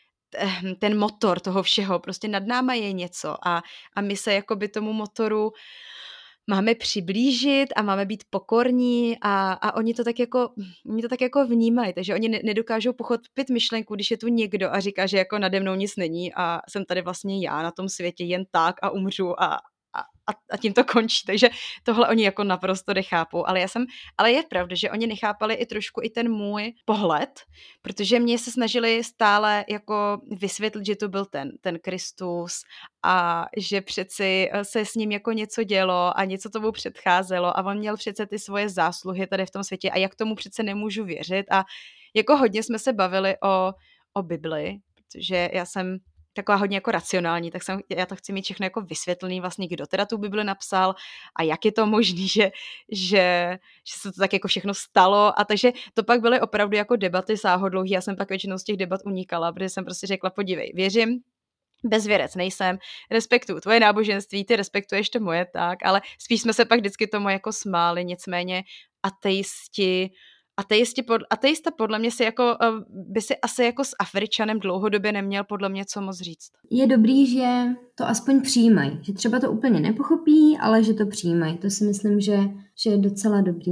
ten motor toho všeho, prostě nad náma je něco a, a my se jakoby tomu motoru máme přiblížit a máme být pokorní a, a oni to tak jako, oni to tak jako vnímají, takže oni ne, nedokážou pochopit myšlenku, když je tu někdo a říká, že jako nade mnou nic není a jsem tady vlastně já na tom světě jen tak a umřu a, a, a tím to končí, takže tohle oni jako naprosto nechápou, ale já jsem, ale je pravda, že oni nechápali i trošku i ten můj pohled, protože mě se snažili stále jako vysvětlit, že to byl ten, ten Kristus a že přeci se s ním jako něco dělo a něco tomu předcházelo a on měl přece ty svoje zásluhy tady v tom světě a jak tomu přece nemůžu věřit a jako hodně jsme se bavili o, o Bibli, protože já jsem taková hodně jako racionální, tak jsem, já to chci mít všechno jako vysvětlený vlastně, kdo teda tu Bibli napsal a jak je to možný, že, že, že se to tak jako všechno stalo a takže to pak byly opravdu jako debaty sáhodlouhý, já jsem pak většinou z těch debat unikala, protože jsem prostě řekla, podívej, věřím, bezvěrec nejsem, respektuju tvoje náboženství, ty respektuješ to moje, tak, ale spíš jsme se pak vždycky tomu jako smáli, nicméně ateisti, Ateisti pod, ateista podle mě si jako, by si asi jako s Afričanem dlouhodobě neměl podle mě co moc říct. Je dobrý, že to aspoň přijímají, že třeba to úplně nepochopí, ale že to přijímají. To si myslím, že, že je docela dobrý.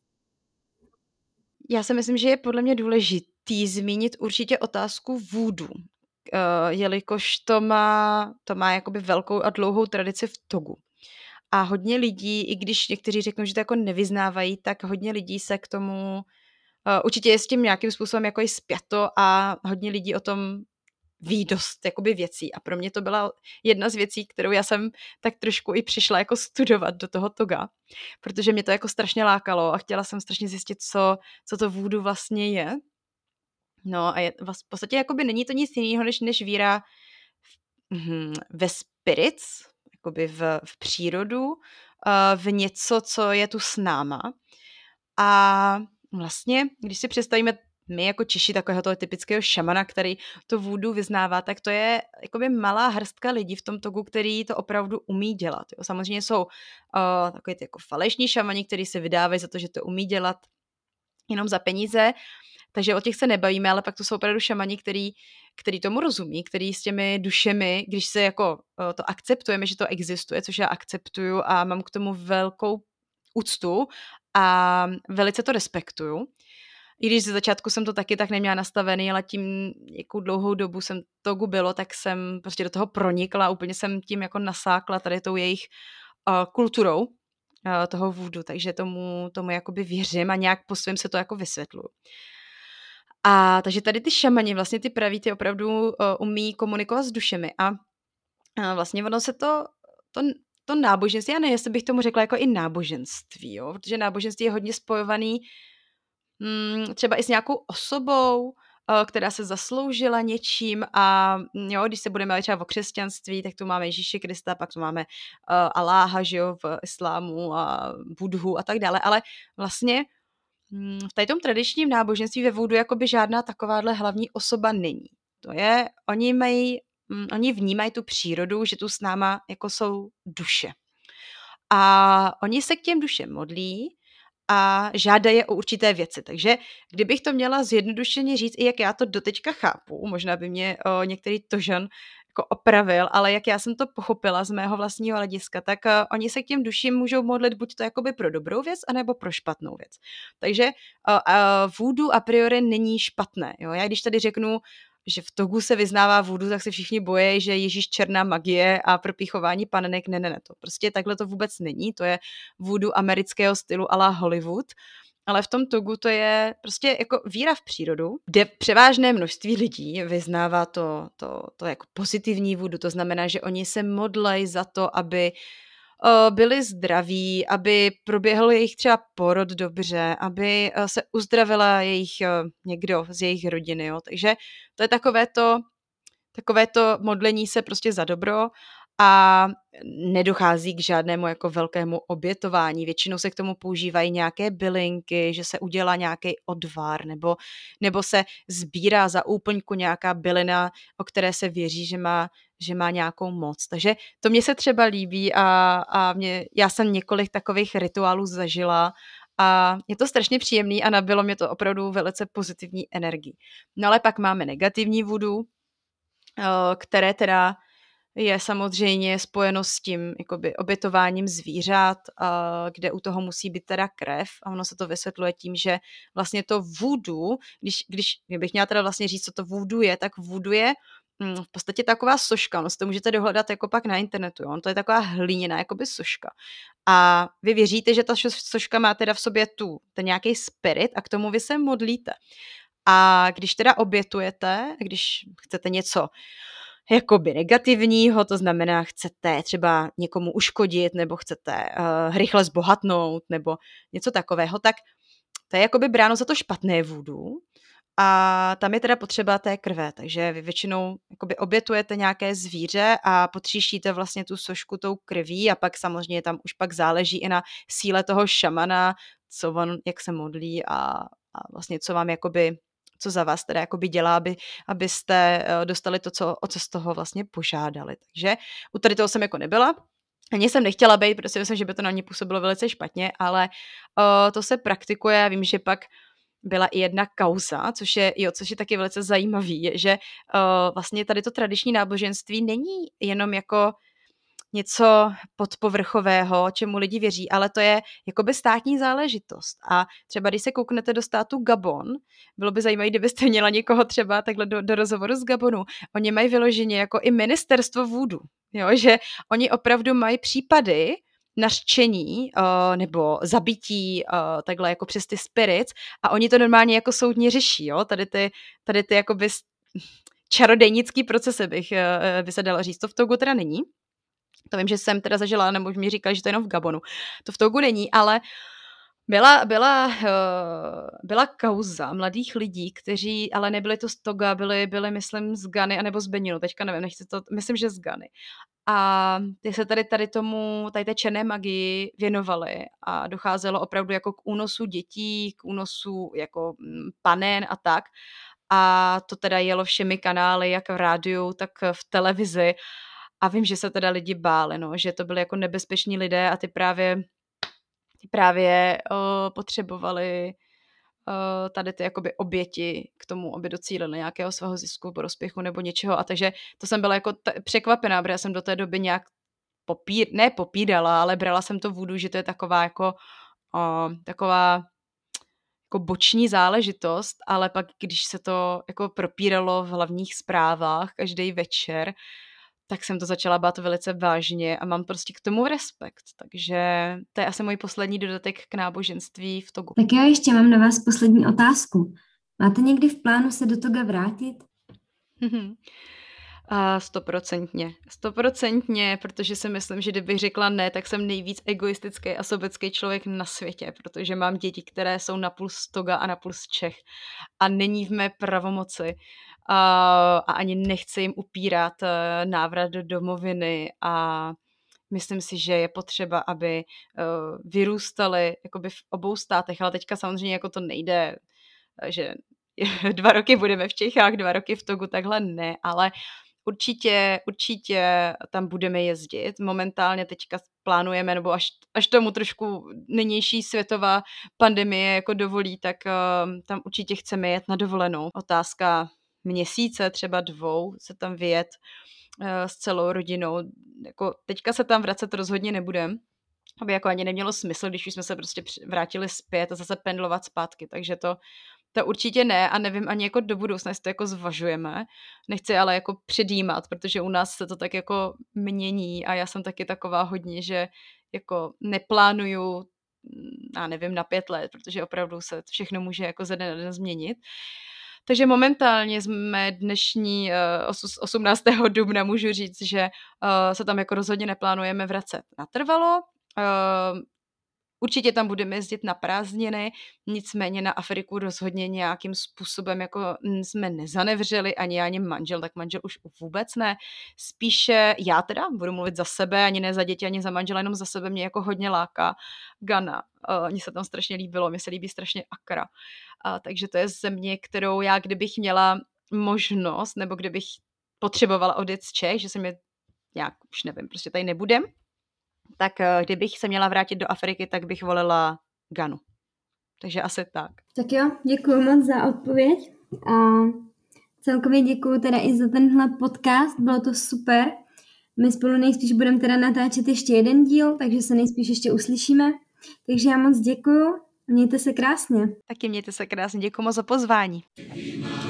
Já si myslím, že je podle mě důležitý zmínit určitě otázku voodu, jelikož to má, to má jakoby velkou a dlouhou tradici v Togu. A hodně lidí, i když někteří řeknou, že to jako nevyznávají, tak hodně lidí se k tomu, uh, určitě je s tím nějakým způsobem jako i spjato a hodně lidí o tom ví dost jakoby věcí. A pro mě to byla jedna z věcí, kterou já jsem tak trošku i přišla jako studovat do toho Toga, protože mě to jako strašně lákalo a chtěla jsem strašně zjistit, co, co to voodoo vlastně je. No a je, v podstatě jakoby není to nic jiného, než, než víra v, hm, ve spirits, jakoby v, v přírodu, v něco, co je tu s náma. A vlastně, když si představíme my jako Češi takového toho typického šamana, který to voodoo vyznává, tak to je jakoby malá hrstka lidí v tom Togu, který to opravdu umí dělat. Jo. Samozřejmě jsou uh, takový ty jako falešní šamani, kteří se vydávají za to, že to umí dělat jenom za peníze, takže o těch se nebavíme, ale pak to jsou opravdu šamani, který, který tomu rozumí, který s těmi dušemi, když se jako to akceptujeme, že to existuje, což já akceptuju a mám k tomu velkou úctu a velice to respektuju. I když ze začátku jsem to taky tak neměla nastavený, ale tím, jakou dlouhou dobu jsem Togu bylo, tak jsem prostě do toho pronikla, úplně jsem tím jako nasákla tady tou jejich uh, kulturou uh, toho voodoo, takže tomu, tomu jakoby věřím a nějak po svém se to jako vysvětluju. A takže tady ty šamani, vlastně ty praví, ty opravdu uh, umí komunikovat s dušemi a uh, vlastně ono se to, to, to náboženství, já ne, jestli bych tomu řekla jako i náboženství, jo, protože náboženství je hodně spojovaný mm, třeba i s nějakou osobou, uh, která se zasloužila něčím a jo, když se budeme třeba o křesťanství, tak tu máme Ježíše Krista, pak tu máme uh, Aláha, že jo, v islámu a Budhu a tak dále, ale vlastně v tady tom tradičním náboženství ve voodoo jakoby žádná takováhle hlavní osoba není. To je, oni mají, mm, oni vnímají tu přírodu, že tu s náma jako jsou duše. A oni se k těm dušem modlí a žádají o určité věci. Takže kdybych to měla zjednodušeně říct, i jak já to doteďka chápu, možná by mě o, některý Tožan jako opravil, ale jak já jsem to pochopila z mého vlastního hlediska, tak uh, oni se k těm duším můžou modlit buď to jakoby pro dobrou věc, anebo pro špatnou věc. Takže uh, uh, voodoo a priori není špatné. Jo? Já když tady řeknu, že v Togu se vyznává voodoo, tak se všichni bojí, že Ježíš černá magie a propíchování panenek, ne, ne, ne, to prostě takhle to vůbec není, to je voodoo amerického stylu a la Hollywood, ale v tom Togu to je prostě jako víra v přírodu, kde převážné množství lidí vyznává to, to, to jako pozitivní voodoo, to znamená, že oni se modlej za to, aby uh, byli zdraví, aby proběhl jejich třeba porod dobře, aby uh, se uzdravila jejich uh, někdo z jejich rodiny, jo. Takže to je takové to, takové to modlení se prostě za dobro a nedochází k žádnému jako velkému obětování. Většinou se k tomu používají nějaké bylinky, že se udělá nějaký odvar nebo, nebo se sbírá za úplňku nějaká bylina, o které se věří, že má, že má nějakou moc. Takže to mně se třeba líbí a, a mě, já jsem několik takových rituálů zažila a je to strašně příjemný a nabilo mě to opravdu velice pozitivní energii. No ale pak máme negativní voodoo, které teda je samozřejmě spojeno s tím jakoby obětováním zvířat, kde u toho musí být teda krev a ono se to vysvětluje tím, že vlastně to voodoo, když, když kdybych měla teda vlastně říct, co to voodoo je, tak voodoo je mm, v podstatě taková soška, no si to můžete dohledat jako pak na internetu, jo? To je taková hliněná jakoby soška. A vy věříte, že ta soška má teda v sobě tu, ten nějaký spirit a k tomu vy se modlíte. A když teda obětujete, když chcete něco jakoby negativního, to znamená, chcete třeba někomu uškodit, nebo chcete uh, rychle zbohatnout, nebo něco takového, tak to je jakoby bráno za to špatné voodoo a tam je teda potřeba té krve, takže vy většinou jakoby obětujete nějaké zvíře a potříštíte vlastně tu sošku tou krví a pak samozřejmě tam už pak záleží i na síle toho šamana, co on, jak se modlí a, a vlastně co vám jakoby co za vás teda jakoby dělá, aby, abyste dostali to, co, o co z toho vlastně požádali. Takže u tady toho jsem jako nebyla. Ani jsem nechtěla být, protože myslím, že by to na mě působilo velice špatně, ale uh, to se praktikuje. Vím, že pak byla i jedna kauza, což je, jo, což je taky velice zajímavý, že uh, vlastně tady to tradiční náboženství není jenom jako něco podpovrchového, čemu lidi věří, ale to je jakoby státní záležitost. A třeba když se kouknete do státu Gabon, bylo by zajímavé, kdybyste měla někoho třeba takhle do, do rozhovoru z Gabonu. Oni mají vyloženě jako i ministerstvo voodoo, jo, že oni opravdu mají případy nařčení uh, nebo zabití uh, takhle jako přes ty spirits a oni to normálně jako soudně řeší, jo, tady ty, tady ty jakoby čarodejnický procesy bych, uh, by se dalo říct, to v Togu teda není. To vím, že jsem teda zažila, nebo mi říkali, že to je jenom v Gabonu. To v Togu není, ale byla, byla, byla kauza mladých lidí, kteří, ale nebyli to z Toga, byli, byli myslím, z Gany, anebo z Beninu, teďka nevím, nechci to, myslím, že z Gany. A ty se tady, tady tomu, tady té černé magii věnovali a docházelo opravdu jako k únosu dětí, k únosu jako panen a tak. A to teda jelo všemi kanály, jak v rádiu, tak v televizi. A vím, že se teda lidi báli, no, že to byly jako nebezpeční lidé a ty právě, ty právě uh, potřebovali uh, tady ty jakoby oběti k tomu, aby docílili nějakého svého zisku, prospěchu nebo něčeho. A takže to jsem byla jako t- překvapená, protože já jsem do té doby nějak popír, ne popírala, ale brala jsem to voodoo, že to je taková jako uh, taková jako boční záležitost, ale pak, když se to jako propíralo v hlavních zprávách každý večer, tak jsem to začala bát velice vážně a mám prostě k tomu respekt. Takže to je asi můj poslední dodatek k náboženství v Togu. Tak já ještě mám na vás poslední otázku. Máte někdy v plánu se do Toga vrátit? A stoprocentně. Stoprocentně, protože si myslím, že kdybych řekla ne, tak jsem nejvíc egoistický a sobecký člověk na světě, protože mám děti, které jsou napůl z Toga a napůl z Čech a není v mé pravomoci a, a ani nechci jim upírat návrat do domoviny a myslím si, že je potřeba, aby uh, vyrůstali jakoby v obou státech, ale teďka samozřejmě jako to nejde, že dva roky budeme v Čechách, dva roky v Togu, takhle ne, ale určitě, určitě tam budeme jezdit. Momentálně teďka plánujeme, nebo až, až tomu trošku nynější světová pandemie jako dovolí, tak uh, tam určitě chceme jet na dovolenou. Otázka měsíce, třeba dvou, se tam vyjet uh, s celou rodinou. Jako teďka se tam vracet rozhodně nebudem, aby jako ani nemělo smysl, když už jsme se prostě vrátili zpět a zase pendlovat zpátky, takže to To určitě ne a nevím ani jako do budoucna, jestli to jako zvažujeme. Nechci ale jako předjímat, protože u nás se to tak jako mění a já jsem taky taková hodně, že jako neplánuju, já nevím, na pět let, protože opravdu se všechno může jako ze dne na den změnit. Takže momentálně jsme dnešní uh, osmnáctého dubna můžu říct, že uh, se tam jako rozhodně neplánujeme vracet natrvalo. Uh, Určitě tam budeme jezdit na prázdniny, nicméně na Afriku rozhodně nějakým způsobem jako jsme nezanevřeli, ani já, ani manžel, tak manžel už vůbec ne. Spíše já teda budu mluvit za sebe, ani ne za děti, ani za manžela, jenom za sebe mě jako hodně láká Ghana. Uh, mně se tam strašně líbilo, mně se líbí strašně Accra. Uh, takže to je země, kterou já, kdybych měla možnost, nebo kdybych potřebovala odjet z Čech, že se mě nějak, už nevím, prostě tady nebudem, tak kdybych se měla vrátit do Afriky, tak bych volila Ghanu. Takže asi tak. Tak jo, děkuji moc za odpověď a celkově děkuji teda i za tenhle podcast, bylo to super. My spolu nejspíš budeme teda natáčet ještě jeden díl, takže se nejspíš ještě uslyšíme. Takže já moc děkuji, mějte se krásně. Taky mějte se krásně, děkuji moc za pozvání.